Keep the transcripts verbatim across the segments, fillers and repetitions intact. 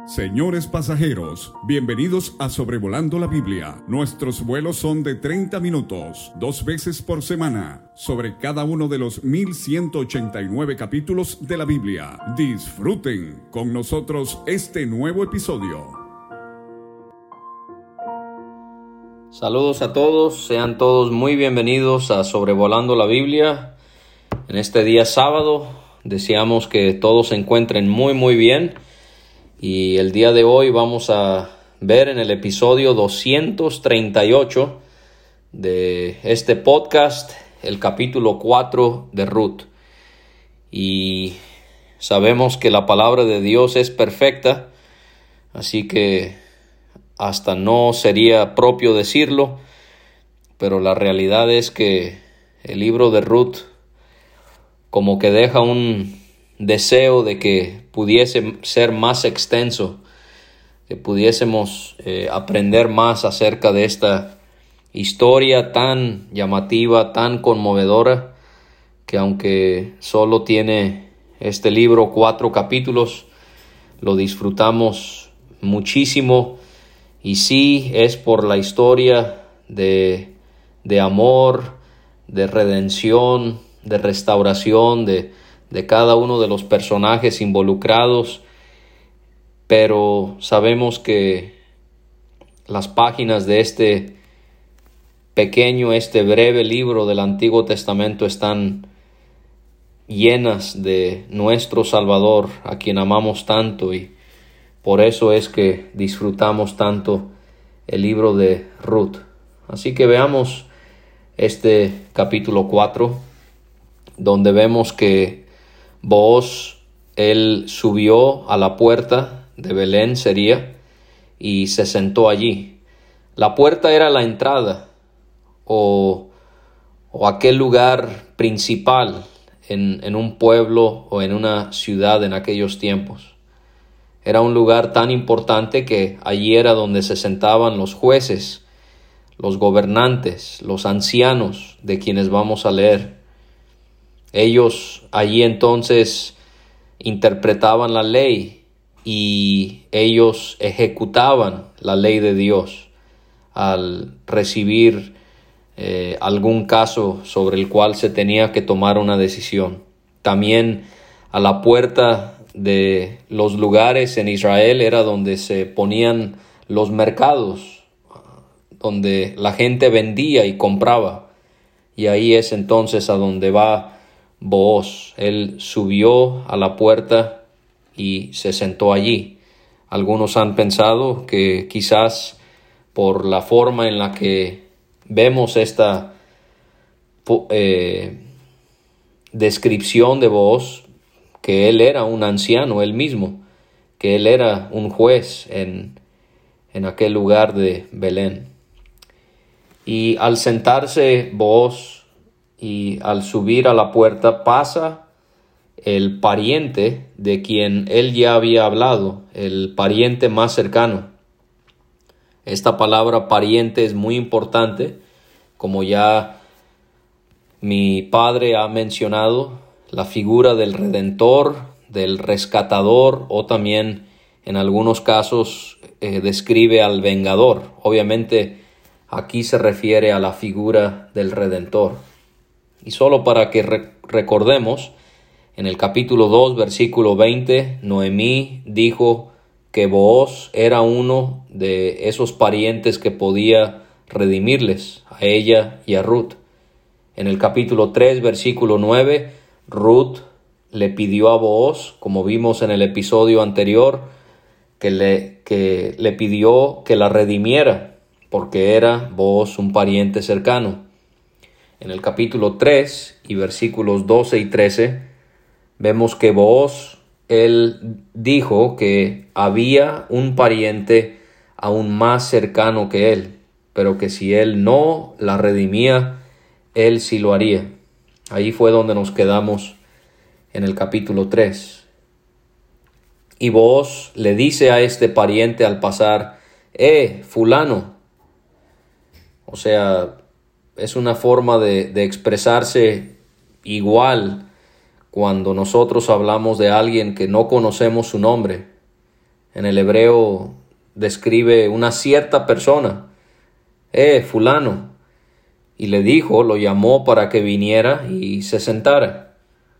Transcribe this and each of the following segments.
Señores pasajeros, bienvenidos a Sobrevolando la Biblia. Nuestros vuelos son de treinta minutos, dos veces por semana, sobre cada uno de los mil ciento ochenta y nueve capítulos de la Biblia. Disfruten con nosotros este nuevo episodio. Saludos a todos, sean todos muy bienvenidos a Sobrevolando la Biblia. En este día sábado, deseamos que todos se encuentren muy muy bien. Y el día de hoy vamos a ver en el episodio doscientos treinta y ocho de este podcast el capítulo cuatro de Ruth. Y sabemos que la palabra de Dios es perfecta, así que hasta no sería propio decirlo, pero la realidad es que el libro de Ruth como que deja un deseo de que pudiese ser más extenso, que pudiésemos eh, aprender más acerca de esta historia tan llamativa, tan conmovedora, que aunque solo tiene este libro cuatro capítulos, lo disfrutamos muchísimo, y sí es por la historia de, de amor, de redención, de restauración, de de cada uno de los personajes involucrados, pero sabemos que las páginas de este pequeño, este breve libro del Antiguo Testamento están llenas de nuestro Salvador, a quien amamos tanto, y por eso es que disfrutamos tanto el libro de Ruth. Así que veamos este capítulo cuatro, donde vemos que Booz, él subió a la puerta de Belén, sería, y se sentó allí. La puerta era la entrada o, o aquel lugar principal en, en un pueblo o en una ciudad en aquellos tiempos. Era un lugar tan importante que allí era donde se sentaban los jueces, los gobernantes, los ancianos de quienes vamos a leer. Ellos allí entonces interpretaban la ley y ellos ejecutaban la ley de Dios al recibir eh, algún caso sobre el cual se tenía que tomar una decisión. También a la puerta de los lugares en Israel era donde se ponían los mercados, donde la gente vendía y compraba, y ahí es entonces a donde va Booz. Él subió a la puerta y se sentó allí. Algunos han pensado que quizás por la forma en la que vemos esta eh, descripción de Booz, que él era un anciano él mismo, que él era un juez en, en aquel lugar de Belén. Y al sentarse Booz y al subir a la puerta, pasa el pariente de quien él ya había hablado, el pariente más cercano. Esta palabra pariente es muy importante, como ya mi padre ha mencionado, la figura del redentor, del rescatador, o también en algunos casos eh, describe al vengador. Obviamente aquí se refiere a la figura del redentor. Y solo para que re- recordemos, en el capítulo dos, versículo veinte, Noemí dijo que Booz era uno de esos parientes que podía redimirles, a ella y a Ruth. En el capítulo tres, versículo nueve, Ruth le pidió a Booz, como vimos en el episodio anterior, que le, que le pidió que la redimiera, porque era Booz un pariente cercano. En el capítulo tres y versículos doce y trece, vemos que Booz, él dijo que había un pariente aún más cercano que él, pero que si él no la redimía, él sí lo haría. Ahí fue donde nos quedamos en el capítulo tres. Y Booz le dice a este pariente al pasar, ¡eh, fulano! O sea, es una forma de, de expresarse igual cuando nosotros hablamos de alguien que no conocemos su nombre. En el hebreo describe una cierta persona, eh, fulano, y le dijo, lo llamó para que viniera y se sentara.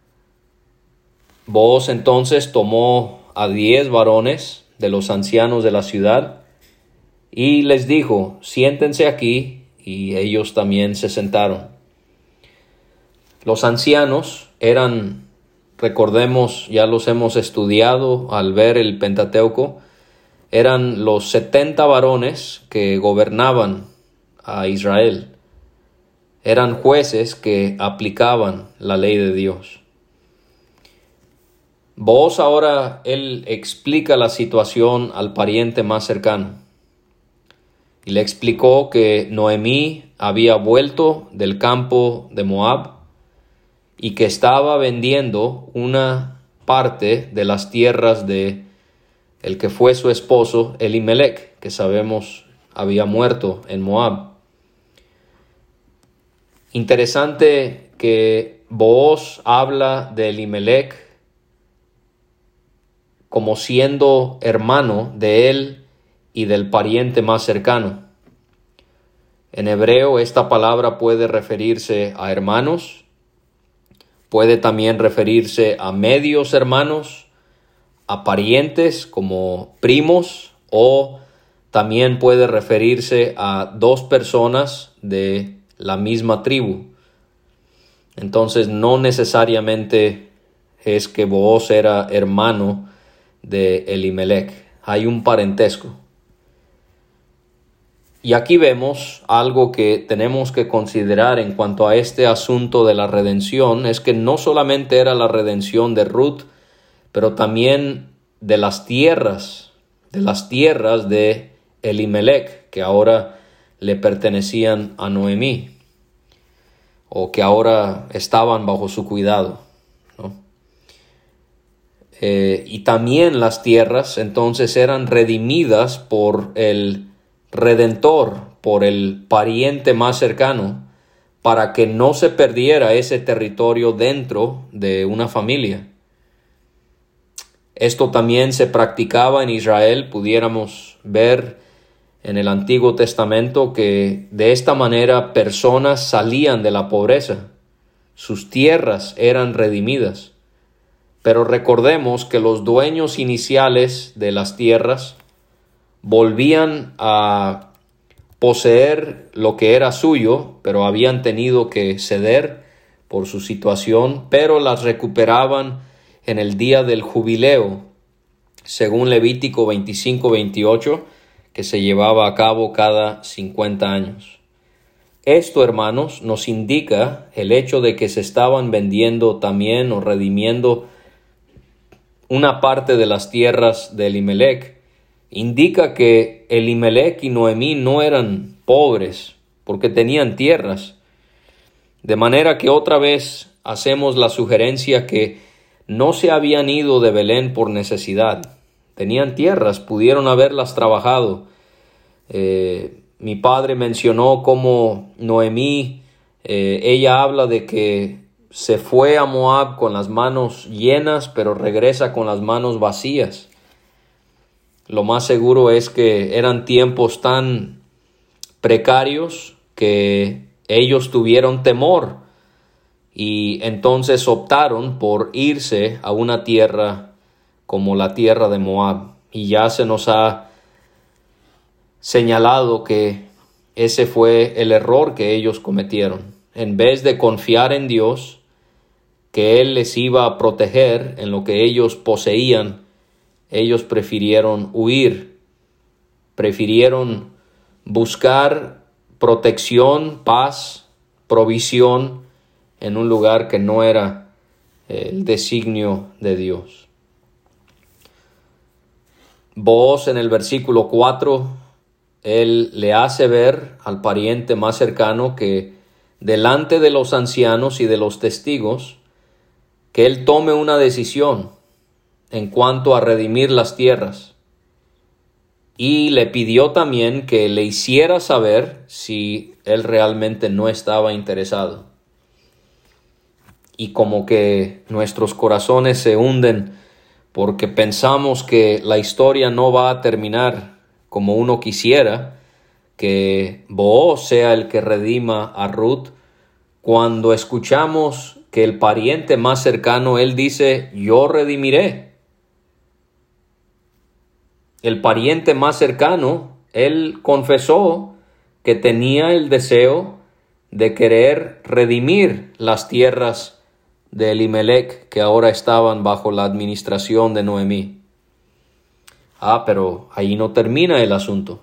Booz entonces tomó a diez varones de los ancianos de la ciudad y les dijo, siéntense aquí, y ellos también se sentaron. Los ancianos eran, recordemos, ya los hemos estudiado al ver el Pentateuco, eran los setenta varones que gobernaban a Israel. Eran jueces que aplicaban la ley de Dios. Booz ahora, él explica la situación al pariente más cercano. Y le explicó que Noemí había vuelto del campo de Moab y que estaba vendiendo una parte de las tierras de el que fue su esposo Elimelec, que sabemos había muerto en Moab. Interesante que Booz habla de Elimelec como siendo hermano de él y del pariente más cercano. En hebreo esta palabra puede referirse a hermanos, puede también referirse a medios hermanos, a parientes como primos, o también puede referirse a dos personas de la misma tribu. Entonces no necesariamente es que Booz era hermano de Elimelec. Hay un parentesco. Y aquí vemos algo que tenemos que considerar en cuanto a este asunto de la redención, es que no solamente era la redención de Ruth, pero también de las tierras, de las tierras de Elimelec, que ahora le pertenecían a Noemí, o que ahora estaban bajo su cuidado, ¿no? Eh, y también las tierras entonces eran redimidas por el Redentor, por el pariente más cercano, para que no se perdiera ese territorio dentro de una familia. Esto también se practicaba en Israel. Pudiéramos ver en el Antiguo Testamento que de esta manera personas salían de la pobreza. Sus tierras eran redimidas. Pero recordemos que los dueños iniciales de las tierras volvían a poseer lo que era suyo, pero habían tenido que ceder por su situación, pero las recuperaban en el día del jubileo, según Levítico veinticinco veintiocho, que se llevaba a cabo cada cincuenta años. Esto, hermanos, nos indica el hecho de que se estaban vendiendo también o redimiendo una parte de las tierras de Elimelec. Indica que Elimelec y Noemí no eran pobres porque tenían tierras. De manera que otra vez hacemos la sugerencia que no se habían ido de Belén por necesidad. Tenían tierras, pudieron haberlas trabajado. Eh, mi padre mencionó cómo Noemí, eh, ella habla de que se fue a Moab con las manos llenas, pero regresa con las manos vacías. Lo más seguro es que eran tiempos tan precarios que ellos tuvieron temor y entonces optaron por irse a una tierra como la tierra de Moab. Y ya se nos ha señalado que ese fue el error que ellos cometieron. En vez de confiar en Dios, que Él les iba a proteger en lo que ellos poseían, ellos prefirieron huir, prefirieron buscar protección, paz, provisión en un lugar que no era el designio de Dios. Booz en el versículo cuatro, él le hace ver al pariente más cercano que delante de los ancianos y de los testigos, que él tome una decisión en cuanto a redimir las tierras. Y le pidió también que le hiciera saber si él realmente no estaba interesado. Y como que nuestros corazones se hunden porque pensamos que la historia no va a terminar como uno quisiera, que Booz sea el que redima a Ruth. Cuando escuchamos que el pariente más cercano, él dice, yo redimiré. El pariente más cercano, él confesó que tenía el deseo de querer redimir las tierras de Elimelech que ahora estaban bajo la administración de Noemí. Ah, pero ahí no termina el asunto.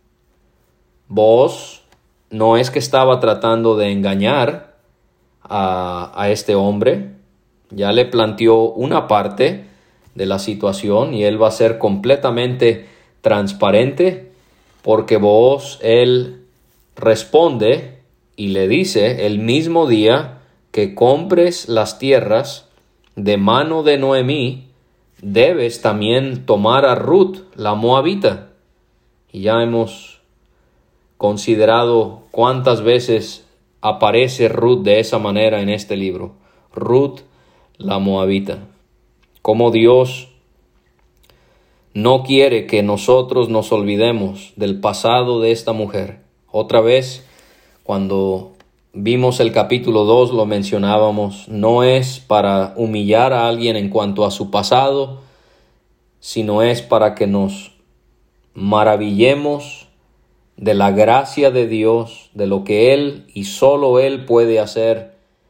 Booz no es que estaba tratando de engañar a, a este hombre. Ya le planteó una parte de la situación y él va a ser completamente transparente, porque Booz, él responde y le dice, el mismo día que compres las tierras de mano de Noemí, debes también tomar a Ruth, la moabita. Y ya hemos considerado cuántas veces aparece Ruth de esa manera en este libro. Ruth, la moabita. Cómo Dios no quiere que nosotros nos olvidemos del pasado de esta mujer. Otra vez, cuando vimos el capítulo dos, lo mencionábamos, no es para humillar a alguien en cuanto a su pasado, sino es para que nos maravillemos de la gracia de Dios, de lo que Él y solo Él puede hacer.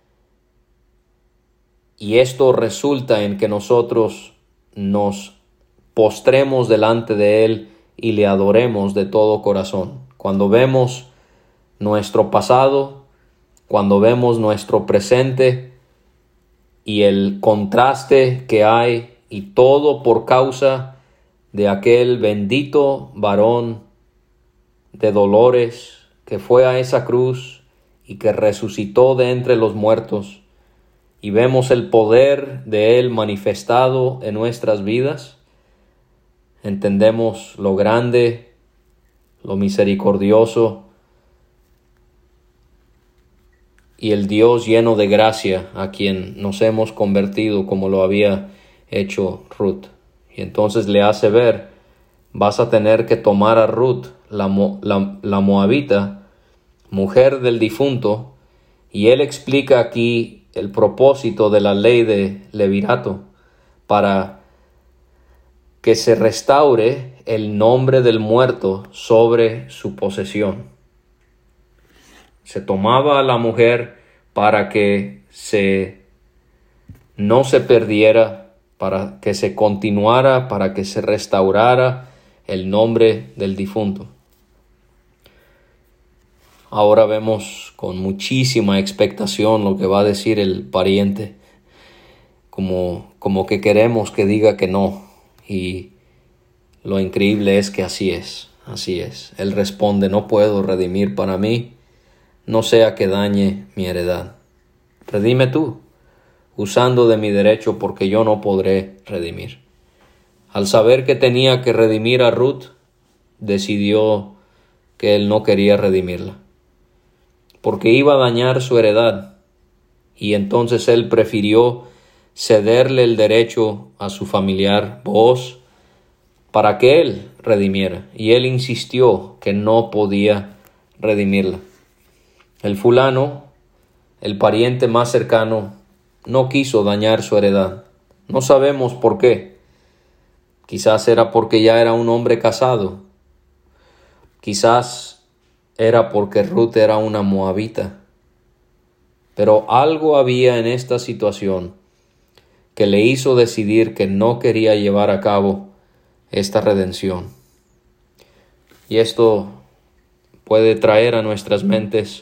Y esto resulta en que nosotros nos postremos delante de Él y le adoremos de todo corazón. Cuando vemos nuestro pasado, cuando vemos nuestro presente y el contraste que hay, y todo por causa de aquel bendito varón de dolores que fue a esa cruz y que resucitó de entre los muertos, y vemos el poder de Él manifestado en nuestras vidas, entendemos lo grande, lo misericordioso y el Dios lleno de gracia a quien nos hemos convertido, como lo había hecho Ruth. Y entonces le hace ver, vas a tener que tomar a Ruth, la, la, la moabita, mujer del difunto, y él explica aquí el propósito de la ley de levirato, para que se restaure el nombre del muerto sobre su posesión. Se tomaba a la mujer para que se, no se perdiera, para que se continuara, para que se restaurara el nombre del difunto. Ahora vemos con muchísima expectación lo que va a decir el pariente, como, como que queremos que diga que no, y lo increíble es que así es, así es. Él responde, no puedo redimir para mí, no sea que dañe mi heredad. Redime tú, usando de mi derecho, porque yo no podré redimir. Al saber que tenía que redimir a Ruth, decidió que él no quería redimirla, porque iba a dañar su heredad, y entonces él prefirió cederle el derecho a su familiar Booz para que él redimiera, y él insistió que no podía redimirla. El fulano, el pariente más cercano, no quiso dañar su heredad. No sabemos por qué. Quizás era porque ya era un hombre casado. Quizás era porque Ruth era una moabita. Pero algo había en esta situación que le hizo decidir que no quería llevar a cabo esta redención. Y esto puede traer a nuestras mentes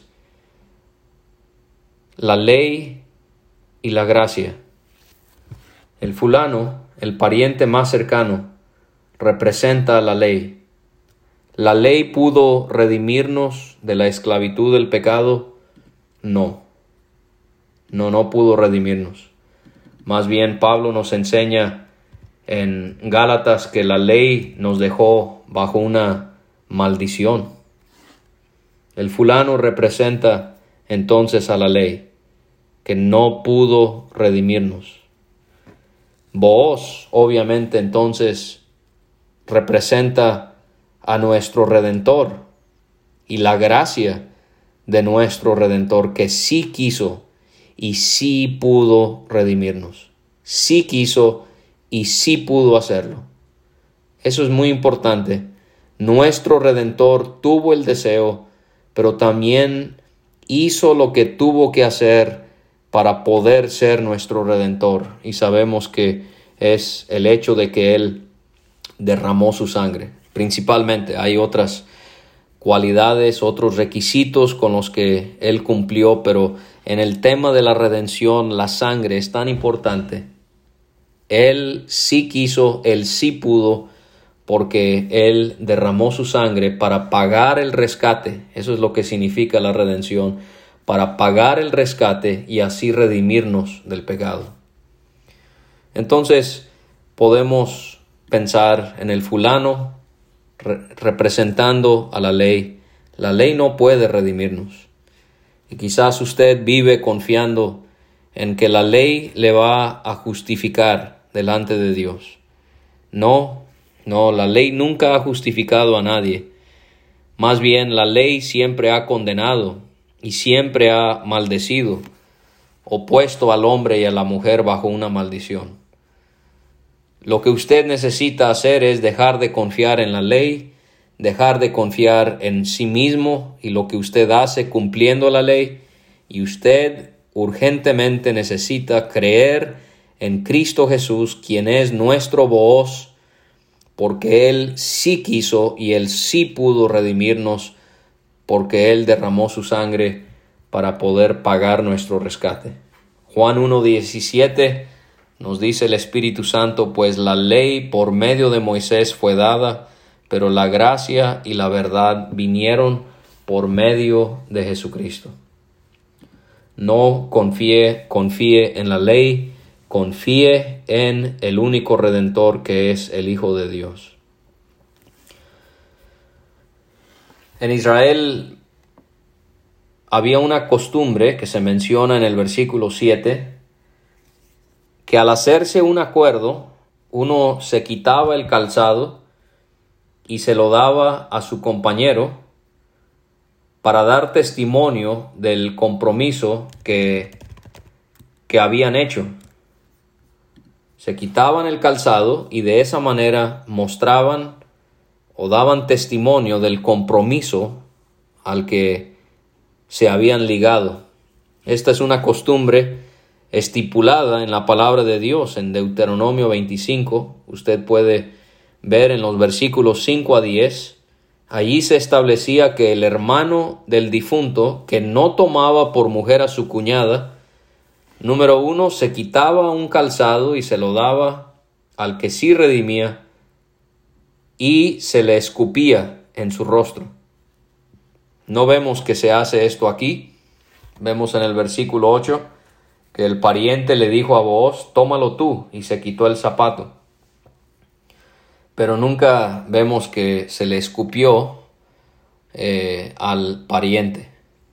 la ley y la gracia. El fulano, el pariente más cercano, representa a la ley. ¿La ley pudo redimirnos de la esclavitud del pecado? No. No, no pudo redimirnos. Más bien, Pablo nos enseña en Gálatas que la ley nos dejó bajo una maldición. El fulano representa entonces a la ley, que no pudo redimirnos. Booz, obviamente, entonces representa a nuestro Redentor y la gracia de nuestro Redentor, que sí quiso y sí pudo redimirnos. Sí quiso y sí pudo hacerlo. Eso es muy importante. Nuestro Redentor tuvo el deseo, pero también hizo lo que tuvo que hacer para poder ser nuestro Redentor. Y sabemos que es el hecho de que Él derramó su sangre. Principalmente hay otras cualidades, otros requisitos con los que Él cumplió, pero en el tema de la redención, la sangre es tan importante. Él sí quiso, Él sí pudo, porque Él derramó su sangre para pagar el rescate. Eso es lo que significa la redención, para pagar el rescate y así redimirnos del pecado. Entonces podemos pensar en el fulano re- representando a la ley. La ley no puede redimirnos. Y quizás usted vive confiando en que la ley le va a justificar delante de Dios. No, no, la ley nunca ha justificado a nadie. Más bien, la ley siempre ha condenado y siempre ha maldecido, opuesto al hombre y a la mujer bajo una maldición. Lo que usted necesita hacer es dejar de confiar en la ley, dejar de confiar en sí mismo y lo que usted hace cumpliendo la ley, y usted urgentemente necesita creer en Cristo Jesús, quien es nuestro Booz, porque Él sí quiso y Él sí pudo redimirnos, porque Él derramó su sangre para poder pagar nuestro rescate. Juan uno diecisiete nos dice el Espíritu Santo: pues la ley por medio de Moisés fue dada, pero la gracia y la verdad vinieron por medio de Jesucristo. No confíe, confíe en la ley, confíe en el único Redentor, que es el Hijo de Dios. En Israel había una costumbre que se menciona en el versículo siete, que al hacerse un acuerdo, uno se quitaba el calzado y se lo daba a su compañero para dar testimonio del compromiso que, que habían hecho. Se quitaban el calzado y de esa manera mostraban o daban testimonio del compromiso al que se habían ligado. Esta es una costumbre estipulada en la palabra de Dios en Deuteronomio veinticinco. Usted puede ver en los versículos cinco a diez. Allí se establecía que el hermano del difunto que no tomaba por mujer a su cuñada, número uno, se quitaba un calzado y se lo daba al que sí redimía, y se le escupía en su rostro. No vemos que se hace esto aquí. Vemos en el versículo ocho que el pariente le dijo a Booz: tómalo tú, y se quitó el zapato. Pero nunca vemos que se le escupió eh, al pariente.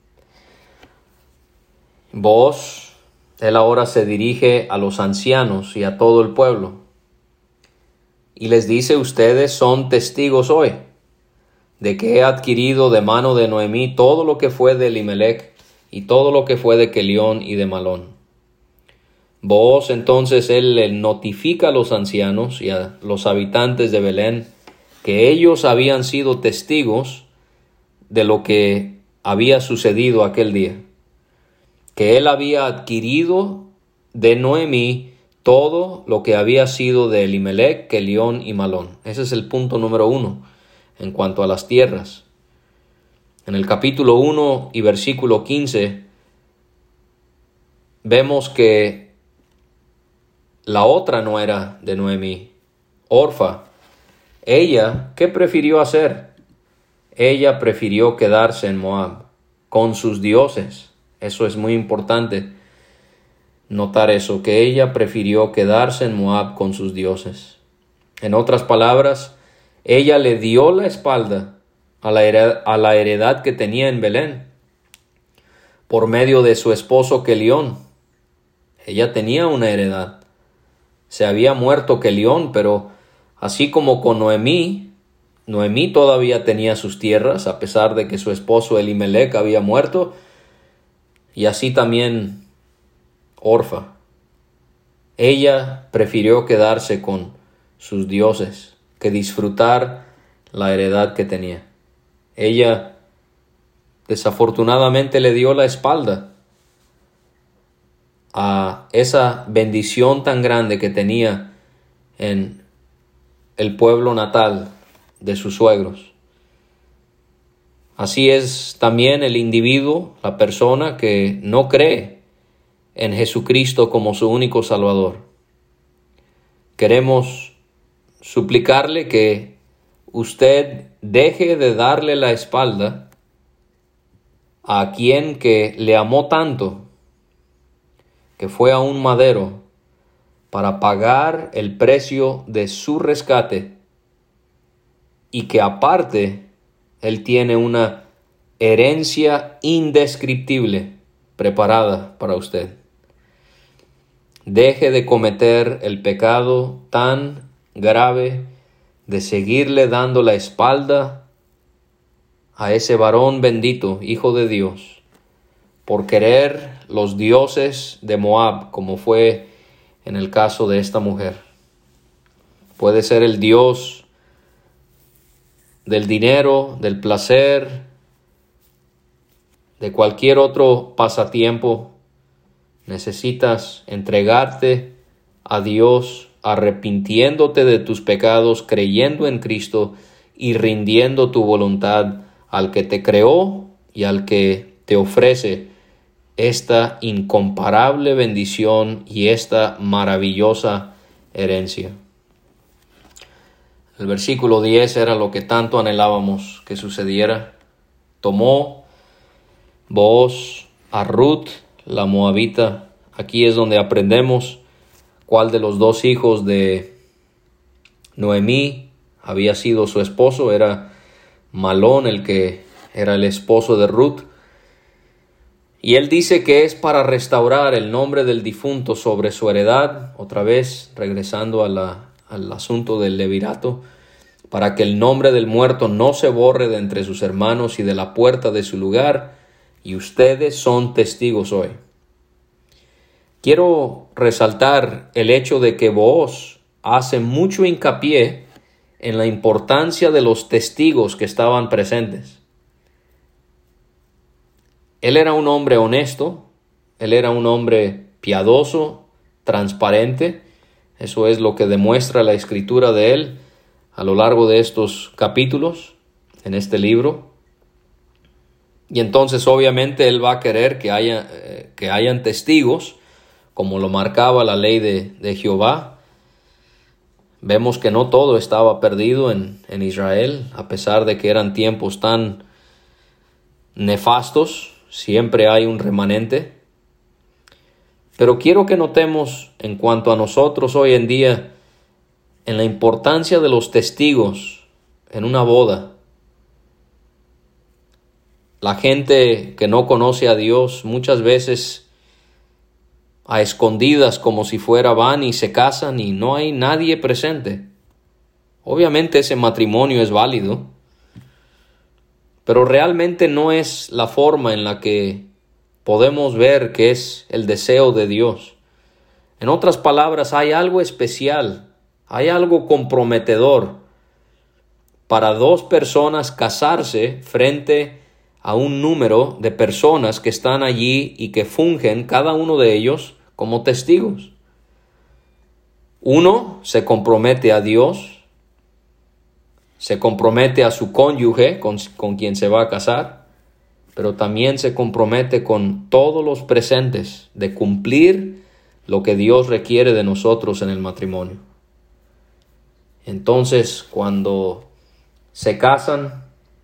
Booz, él ahora se dirige a los ancianos y a todo el pueblo y les dice: ustedes son testigos hoy de que he adquirido de mano de Noemí todo lo que fue de Elimelech y todo lo que fue de Quelión y de Malón. Booz entonces él le notifica a los ancianos y a los habitantes de Belén que ellos habían sido testigos de lo que había sucedido aquel día, que él había adquirido de Noemí todo lo que había sido de Elimelech, Quelión y Malón. Ese es el punto número uno en cuanto a las tierras. En el capítulo uno y versículo quince vemos que la otra nuera de Noemí, Orfa, ella, ¿qué prefirió hacer? Ella prefirió quedarse en Moab con sus dioses. Eso es muy importante notar eso, que ella prefirió quedarse en Moab con sus dioses. En otras palabras, ella le dio la espalda a la heredad, a la heredad que tenía en Belén por medio de su esposo Quelión. Ella tenía una heredad. se había muerto Quelión, pero así como con Noemí, Noemí todavía tenía sus tierras, a pesar de que su esposo Elimelec había muerto, y así también Orfa. Ella prefirió quedarse con sus dioses que disfrutar la heredad que tenía. Ella desafortunadamente le dio la espalda a esa bendición tan grande que tenía en el pueblo natal de sus suegros. Así es también el individuo, la persona que no cree en Jesucristo como su único Salvador. Queremos suplicarle que usted deje de darle la espalda a quien que le amó tanto, que fue a un madero para pagar el precio de su rescate, y que aparte Él tiene una herencia indescriptible preparada para usted. Deje de cometer el pecado tan grave de seguirle dando la espalda a ese varón bendito, Hijo de Dios, por querer los dioses de Moab, como fue en el caso de esta mujer. Puede ser el dios del dinero, del placer, de cualquier otro pasatiempo. Necesitas entregarte a Dios, arrepintiéndote de tus pecados, creyendo en Cristo y rindiendo tu voluntad al que te creó y al que te ofrece esta incomparable bendición y esta maravillosa herencia. El versículo diez era lo que tanto anhelábamos que sucediera. Tomó Booz a Ruth, la moabita. Aquí es donde aprendemos cuál de los dos hijos de Noemí había sido su esposo. Era Malón el que era el esposo de Ruth. Y él dice que es para restaurar el nombre del difunto sobre su heredad, otra vez regresando a la, al asunto del levirato, para que el nombre del muerto no se borre de entre sus hermanos y de la puerta de su lugar, y ustedes son testigos hoy. Quiero resaltar el hecho de que Booz hace mucho hincapié en la importancia de los testigos que estaban presentes. Él era un hombre honesto, él era un hombre piadoso, transparente. Eso es lo que demuestra la escritura de él a lo largo de estos capítulos en este libro. Y entonces obviamente él va a querer que haya, eh, que hayan testigos, como lo marcaba la ley de, de Jehová. Vemos que no todo estaba perdido en, en Israel, a pesar de que eran tiempos tan nefastos. Siempre hay un remanente. Pero quiero que notemos en cuanto a nosotros hoy en día, en la importancia de los testigos en una boda. La gente que no conoce a Dios muchas veces a escondidas, como si fuera, van y se casan y no hay nadie presente. Obviamente ese matrimonio es válido, pero realmente no es la forma en la que podemos ver que es el deseo de Dios. En otras palabras, hay algo especial, hay algo comprometedor para dos personas casarse frente a un número de personas que están allí y que fungen cada uno de ellos como testigos. Uno se compromete a Dios, se compromete a su cónyuge con, con quien se va a casar, pero también se compromete con todos los presentes de cumplir lo que Dios requiere de nosotros en el matrimonio. Entonces, cuando se casan,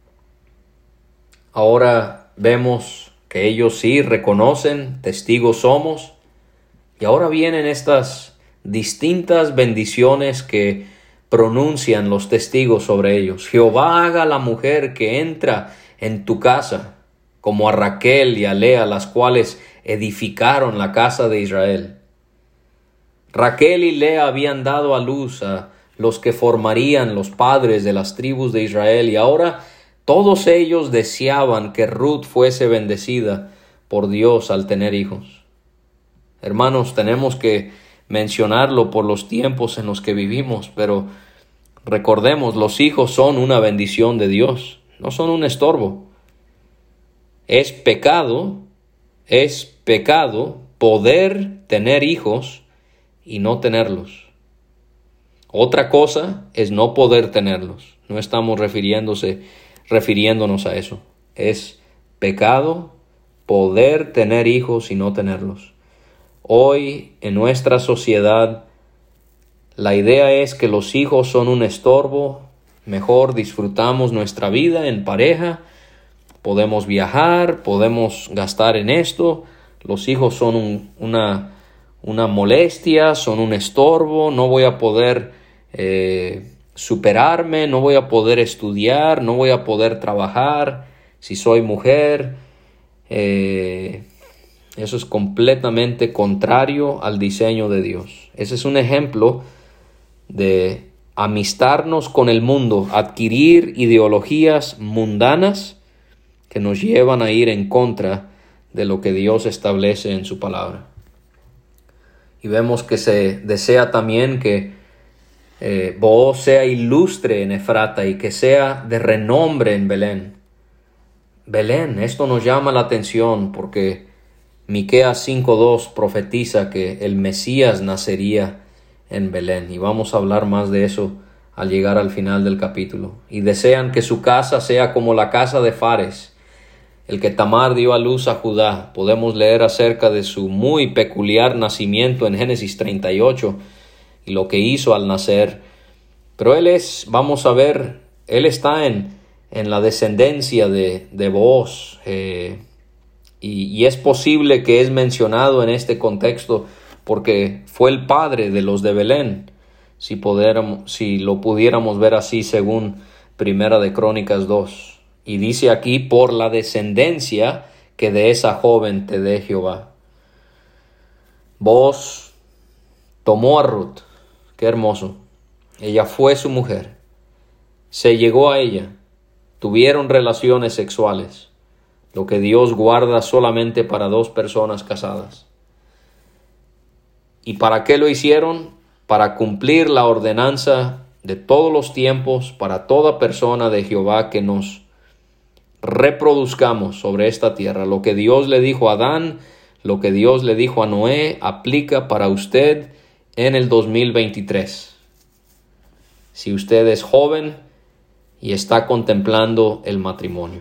ahora vemos que ellos sí reconocen, testigos somos, y ahora vienen estas distintas bendiciones que pronuncian los testigos sobre ellos. Jehová haga a la mujer que entra en tu casa, como a Raquel y a Lea, las cuales edificaron la casa de Israel. Raquel y Lea habían dado a luz a los que formarían los padres de las tribus de Israel, y ahora todos ellos deseaban que Ruth fuese bendecida por Dios al tener hijos. Hermanos, tenemos que mencionarlo por los tiempos en los que vivimos, pero recordemos, los hijos son una bendición de Dios, no son un estorbo. Es pecado, es pecado poder tener hijos y no tenerlos. Otra cosa es no poder tenerlos. No estamos refiriéndose, refiriéndonos a eso. Es pecado poder tener hijos y no tenerlos. Hoy en nuestra sociedad la idea es que los hijos son un estorbo. Mejor disfrutamos nuestra vida en pareja, podemos viajar, podemos gastar en esto. Los hijos son un, una, una molestia, son un estorbo, no voy a poder eh, superarme, no voy a poder estudiar, no voy a poder trabajar si soy mujer. Eh, eso es completamente contrario al diseño de Dios. Ese es un ejemplo de amistarnos con el mundo, adquirir ideologías mundanas que nos llevan a ir en contra de lo que Dios establece en su palabra. Y vemos que se desea también que eh, Booz sea ilustre en Efrata y que sea de renombre en Belén. Belén, esto nos llama la atención porque Miqueas cinco dos profetiza que el Mesías nacería en Belén, y vamos a hablar más de eso al llegar al final del capítulo. Y desean que su casa sea como la casa de Fares, el que Tamar dio a luz a Judá. Podemos leer acerca de su muy peculiar nacimiento en Génesis treinta y ocho y lo que hizo al nacer. Pero él es, vamos a ver, él está en, en la descendencia de, de Booz, eh, y, y es posible que es mencionado en este contexto porque fue el padre de los de Belén, si, pudiéramos, si lo pudiéramos ver así según Primera de Crónicas dos. Y dice aquí, por la descendencia que de esa joven te dé Jehová. Booz tomó a Ruth, qué hermoso. Ella fue su mujer, se llegó a ella, tuvieron relaciones sexuales, lo que Dios guarda solamente para dos personas casadas. ¿Y para qué lo hicieron? Para cumplir la ordenanza de todos los tiempos para toda persona de Jehová, que nos reproduzcamos sobre esta tierra. Lo que Dios le dijo a Adán, lo que Dios le dijo a Noé, aplica para usted en el dos mil veintitrés. Si usted es joven y está contemplando el matrimonio.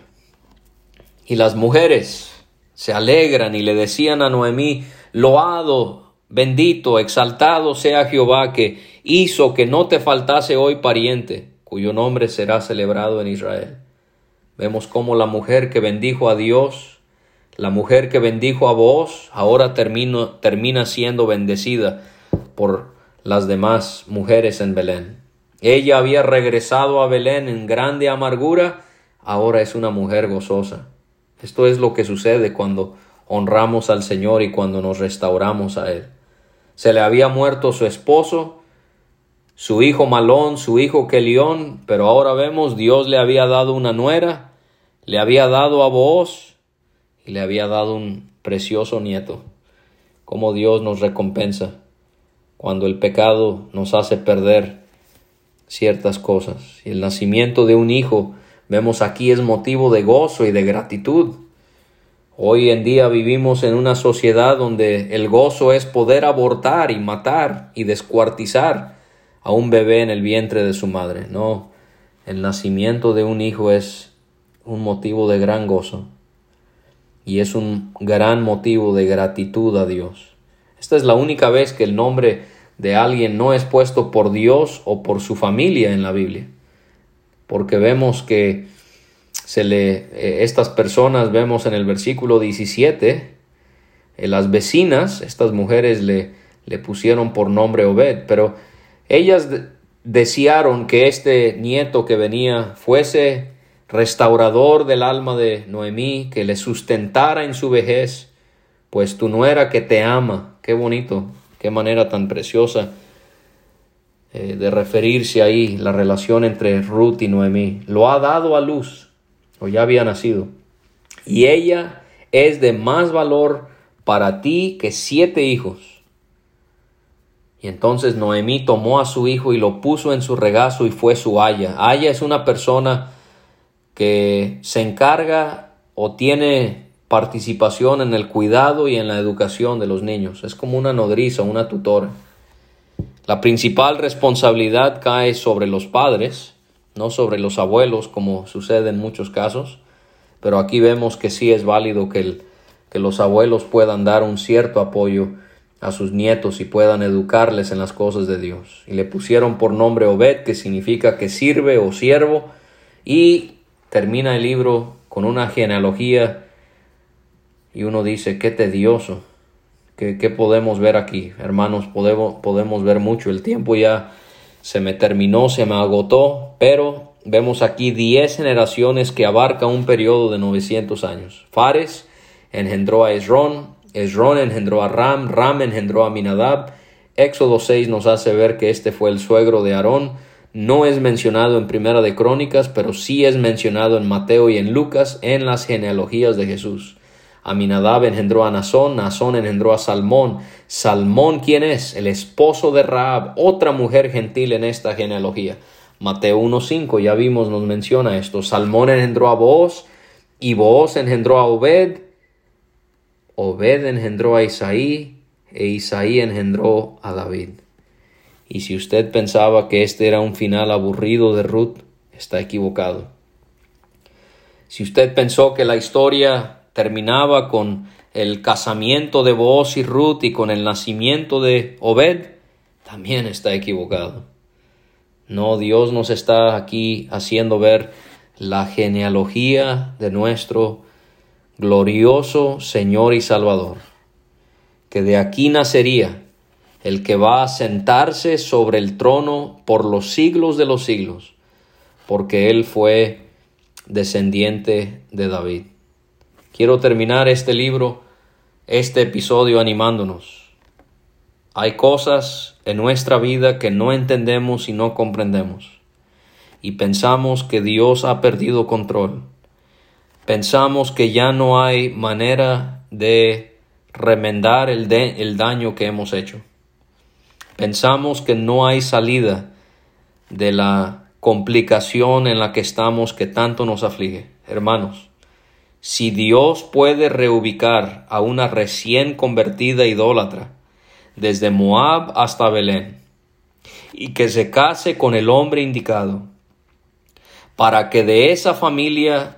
Y las mujeres se alegran y le decían a Noemí: loado, bendito, exaltado sea Jehová, que hizo que no te faltase hoy pariente, cuyo nombre será celebrado en Israel. Vemos cómo la mujer que bendijo a Dios, la mujer que bendijo a Booz, ahora termino, termina siendo bendecida por las demás mujeres en Belén. Ella había regresado a Belén en grande amargura, ahora es una mujer gozosa. Esto es lo que sucede cuando honramos al Señor y cuando nos restauramos a Él. Se le había muerto su esposo, su hijo Malón, su hijo Kelión, pero ahora vemos Dios le había dado una nuera, le había dado a Booz y le había dado un precioso nieto. Cómo Dios nos recompensa cuando el pecado nos hace perder ciertas cosas. Y el nacimiento de un hijo, vemos aquí, es motivo de gozo y de gratitud. Hoy en día vivimos en una sociedad donde el gozo es poder abortar y matar y descuartizar a un bebé en el vientre de su madre. No, el nacimiento de un hijo es un motivo de gran gozo y es un gran motivo de gratitud a Dios. Esta es la única vez que el nombre de alguien no es puesto por Dios o por su familia en la Biblia, porque vemos que se le, eh, estas personas, vemos en el versículo diecisiete, eh, las vecinas, estas mujeres le, le pusieron por nombre Obed, pero ellas de, desearon que este nieto que venía fuese restaurador del alma de Noemí, que le sustentara en su vejez, pues tu nuera que te ama. Qué bonito, Qué manera tan preciosa eh, de referirse ahí la relación entre Ruth y Noemí. Lo ha dado a luz, o ya había nacido, y ella es de más valor para ti que siete hijos. Y entonces Noemí tomó a su hijo y lo puso en su regazo y fue su aya. Aya es una persona que se encarga o tiene participación en el cuidado y en la educación de los niños. Es como una nodriza, una tutora. La principal responsabilidad cae sobre los padres, no sobre los abuelos, como sucede en muchos casos. Pero aquí vemos que sí es válido que, el, que los abuelos puedan dar un cierto apoyo a sus nietos y puedan educarles en las cosas de Dios. Y le pusieron por nombre Obed, que significa que sirve o siervo, y termina el libro con una genealogía y uno dice, qué tedioso. ¿Qué, qué podemos ver aquí? Hermanos, podemos, podemos ver mucho. El tiempo ya se me terminó, se me agotó, pero vemos aquí diez generaciones que abarca un periodo de novecientos años. Fares engendró a Esrón, Esrón engendró a Ram, Ram engendró a Aminadab. Éxodo seis nos hace ver que este fue el suegro de Aarón. No es mencionado en Primera de Crónicas, pero sí es mencionado en Mateo y en Lucas en las genealogías de Jesús. Aminadab engendró a Nazón, Nazón engendró a Salmón. Salmón, ¿quién es? El esposo de Rahab, otra mujer gentil en esta genealogía. Mateo uno cinco, ya vimos, nos menciona esto. Salmón engendró a Booz, y Booz engendró a Obed. Obed engendró a Isaí, e Isaí engendró a David. Y si usted pensaba que este era un final aburrido de Ruth, está equivocado. Si usted pensó que la historia terminaba con el casamiento de Booz y Ruth y con el nacimiento de Obed, también está equivocado. No, Dios nos está aquí haciendo ver la genealogía de nuestro glorioso Señor y Salvador, que de aquí nacería el que va a sentarse sobre el trono por los siglos de los siglos, porque Él fue descendiente de David. Quiero terminar este libro, este episodio animándonos. Hay cosas en nuestra vida que no entendemos y no comprendemos, y pensamos que Dios ha perdido control. Pensamos que ya no hay manera de remendar el, de, el daño que hemos hecho. Pensamos que no hay salida de la complicación en la que estamos que tanto nos aflige. Hermanos, si Dios puede reubicar a una recién convertida idólatra desde Moab hasta Belén y que se case con el hombre indicado para que de esa familia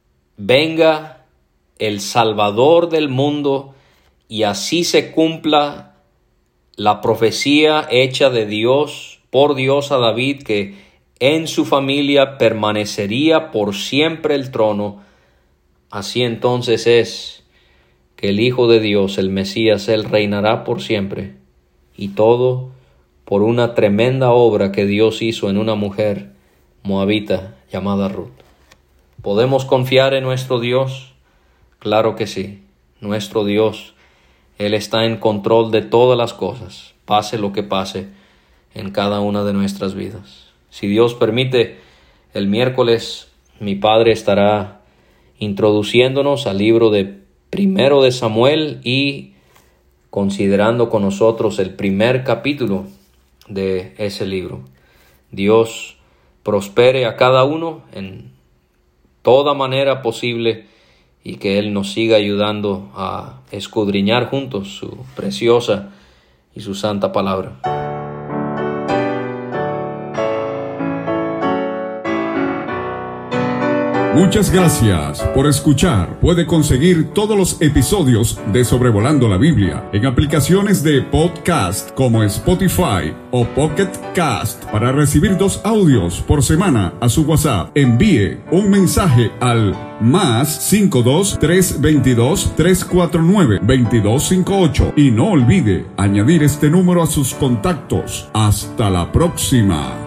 venga el Salvador del mundo y así se cumpla la profecía hecha de Dios, por Dios a David, que en su familia permanecería por siempre el trono. Así entonces es que el Hijo de Dios, el Mesías, Él reinará por siempre. Y todo por una tremenda obra que Dios hizo en una mujer moabita llamada Ruth. ¿Podemos confiar en nuestro Dios? Claro que sí. Nuestro Dios, Él está en control de todas las cosas, pase lo que pase en cada una de nuestras vidas. Si Dios permite, el miércoles mi padre estará introduciéndonos al libro de Primero de Samuel y considerando con nosotros el primer capítulo de ese libro. Dios prospere a cada uno en toda manera posible y que Él nos siga ayudando a escudriñar juntos su preciosa y su santa palabra. Muchas gracias por escuchar. Puede conseguir todos los episodios de Sobrevolando la Biblia en aplicaciones de podcast como Spotify o Pocket Cast. Para recibir dos audios por semana a su WhatsApp, envíe un mensaje al más cinco dos tres dos dos tres cuatro nueve dos dos cinco ocho y no olvide añadir este número a sus contactos. Hasta la próxima.